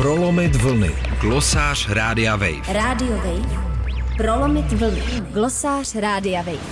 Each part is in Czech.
Prolomit vlny. Glosář Rádia Wave. Radio Wave. Prolomit vlny. Glosář Rádia Wave.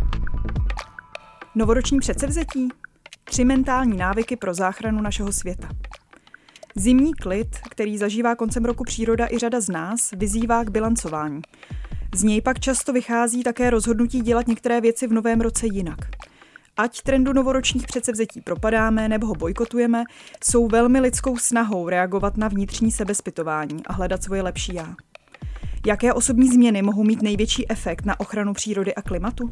Novoroční předsevzetí? 3 mentální návyky pro záchranu našeho světa. Zimní klid, který zažívá koncem roku příroda i řada z nás, vyzývá k bilancování. Z něj pak často vychází také rozhodnutí dělat některé věci v novém roce jinak. Ať trendu novoročních předsevzetí propadáme nebo ho bojkotujeme, jsou velmi lidskou snahou reagovat na vnitřní sebezpytování a hledat svoje lepší já. Jaké osobní změny mohou mít největší efekt na ochranu přírody a klimatu?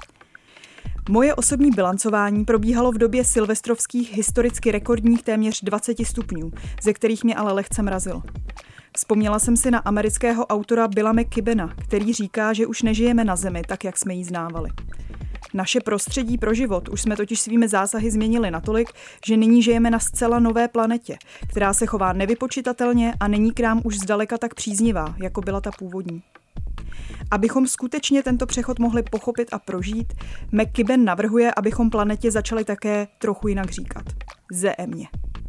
Moje osobní bilancování probíhalo v době silvestrovských historicky rekordních téměř 20 stupňů, ze kterých mě ale lehce mrazilo. Vzpomněla jsem si na amerického autora Billa McKibbena, který říká, že už nežijeme na Zemi tak, jak jsme ji znávali. Naše prostředí pro život už jsme totiž svými zásahy změnili natolik, že nyní žijeme na zcela nové planetě, která se chová nevypočitatelně a není k nám už zdaleka tak příznivá, jako byla ta původní. Abychom skutečně tento přechod mohli pochopit a prožít, McKibben navrhuje, abychom planetě začali také trochu jinak říkat. Země.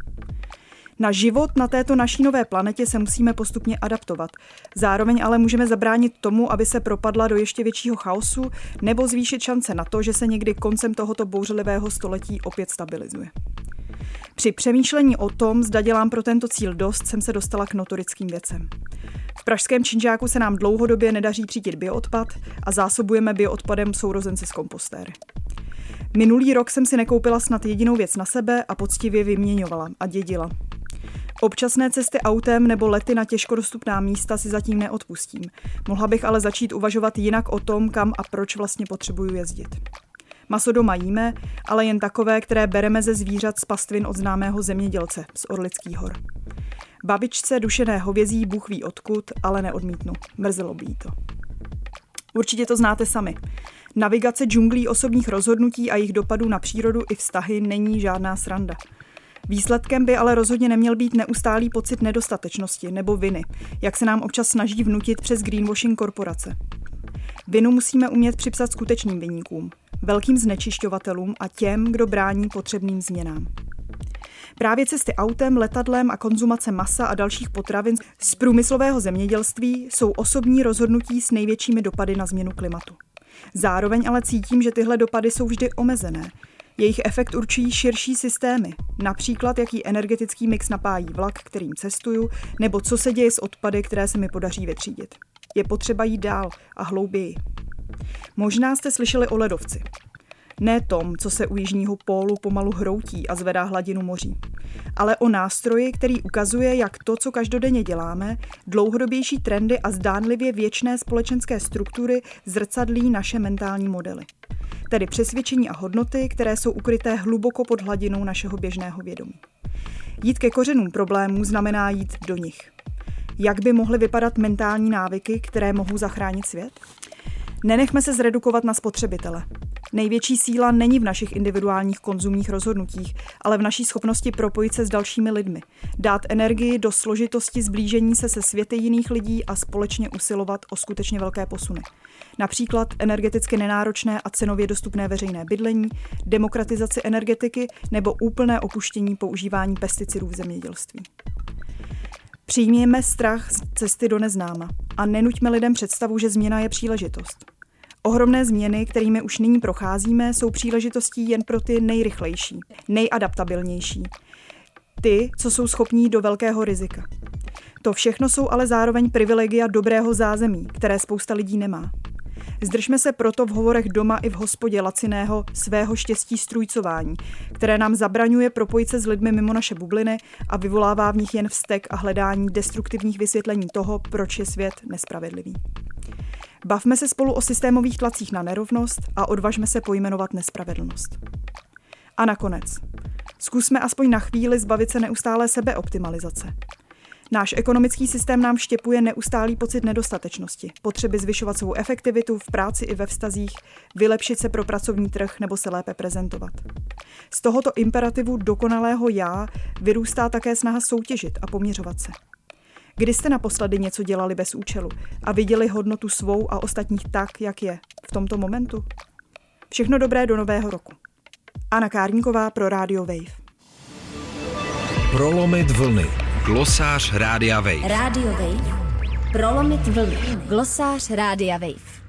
Na život na této naší nové planetě se musíme postupně adaptovat. Zároveň ale můžeme zabránit tomu, aby se propadla do ještě většího chaosu, nebo zvýšit šance na to, že se někdy koncem tohoto bouřlivého století opět stabilizuje. Při přemýšlení o tom, zda dělám pro tento cíl dost, jsem se dostala k notorickým věcem. V pražském činžáku se nám dlouhodobě nedaří třídit bioodpad a zásobujeme bioodpadem sourozenci z kompostéry. Minulý rok jsem si nekoupila snad jedinou věc na sebe a poctivě vyměňovala a dědila. Občasné cesty autem nebo lety na těžko dostupná místa si zatím neodpustím. Mohla bych ale začít uvažovat jinak o tom, kam a proč vlastně potřebuju jezdit. Maso doma jíme, ale jen takové, které bereme ze zvířat z pastvin od známého zemědělce z Orlických hor. Babičce dušené hovězí bůh ví odkud, ale neodmítnu. Mrzelo by jí to. Určitě to znáte sami. Navigace džunglí osobních rozhodnutí a jejich dopadů na přírodu i vztahy není žádná sranda. Výsledkem by ale rozhodně neměl být neustálý pocit nedostatečnosti nebo viny, jak se nám občas snaží vnutit přes greenwashing korporace. Vinu musíme umět připsat skutečným viníkům, velkým znečišťovatelům a těm, kdo brání potřebným změnám. Právě cesty autem, letadlem a konzumace masa a dalších potravin z průmyslového zemědělství jsou osobní rozhodnutí s největšími dopady na změnu klimatu. Zároveň ale cítím, že tyhle dopady jsou vždy omezené. Jejich efekt určují širší systémy, například jaký energetický mix napájí vlak, kterým cestuju, nebo co se děje s odpady, které se mi podaří vytřídit. Je potřeba jít dál a hlouběji. Možná jste slyšeli o ledovci. Ne tom, co se u jižního pólu pomalu hroutí a zvedá hladinu moří, ale o nástroji, který ukazuje, jak to, co každodenně děláme, dlouhodobější trendy a zdánlivě věčné společenské struktury zrcadlí naše mentální modely. Tedy přesvědčení a hodnoty, které jsou ukryté hluboko pod hladinou našeho běžného vědomí. Jít ke kořenům problémů znamená jít do nich. Jak by mohly vypadat mentální návyky, které mohou zachránit svět? Nenechme se zredukovat na spotřebitele. Největší síla není v našich individuálních konzumních rozhodnutích, ale v naší schopnosti propojit se s dalšími lidmi, dát energii do složitosti zblížení se světy jiných lidí a společně usilovat o skutečně velké posuny. Například energeticky nenáročné a cenově dostupné veřejné bydlení, demokratizaci energetiky nebo úplné opuštění používání pesticidů v zemědělství. Přijměme strach z cesty do neznáma a nenuťme lidem představu, že změna je příležitost. Ohromné změny, kterými už nyní procházíme, jsou příležitostí jen pro ty nejrychlejší, nejadaptabilnější. Ty, co jsou schopní do velkého rizika. To všechno jsou ale zároveň privilegia dobrého zázemí, které spousta lidí nemá. Zdržme se proto v hovorech doma i v hospodě laciného svého štěstí strůjcování, které nám zabraňuje propojit se s lidmi mimo naše bubliny a vyvolává v nich jen vztek a hledání destruktivních vysvětlení toho, proč je svět nespravedlivý. Bavme se spolu o systémových tlacích na nerovnost a odvažme se pojmenovat nespravedlnost. A nakonec, zkusme aspoň na chvíli zbavit se neustálé sebeoptimalizace. Náš ekonomický systém nám štěpuje neustálý pocit nedostatečnosti, potřeby zvyšovat svou efektivitu v práci i ve vztazích, vylepšit se pro pracovní trh nebo se lépe prezentovat. Z tohoto imperativu dokonalého já vyrůstá také snaha soutěžit a poměřovat se. Kdy jste naposledy něco dělali bez účelu a viděli hodnotu svou a ostatních tak, jak je v tomto momentu? Všechno dobré do nového roku. Anna Kárníková pro Radio Wave. Prolomit vlny. Glosář Rádia Wave. Rádio Wave. Prolomit vlny. Glosář Rádia Wave.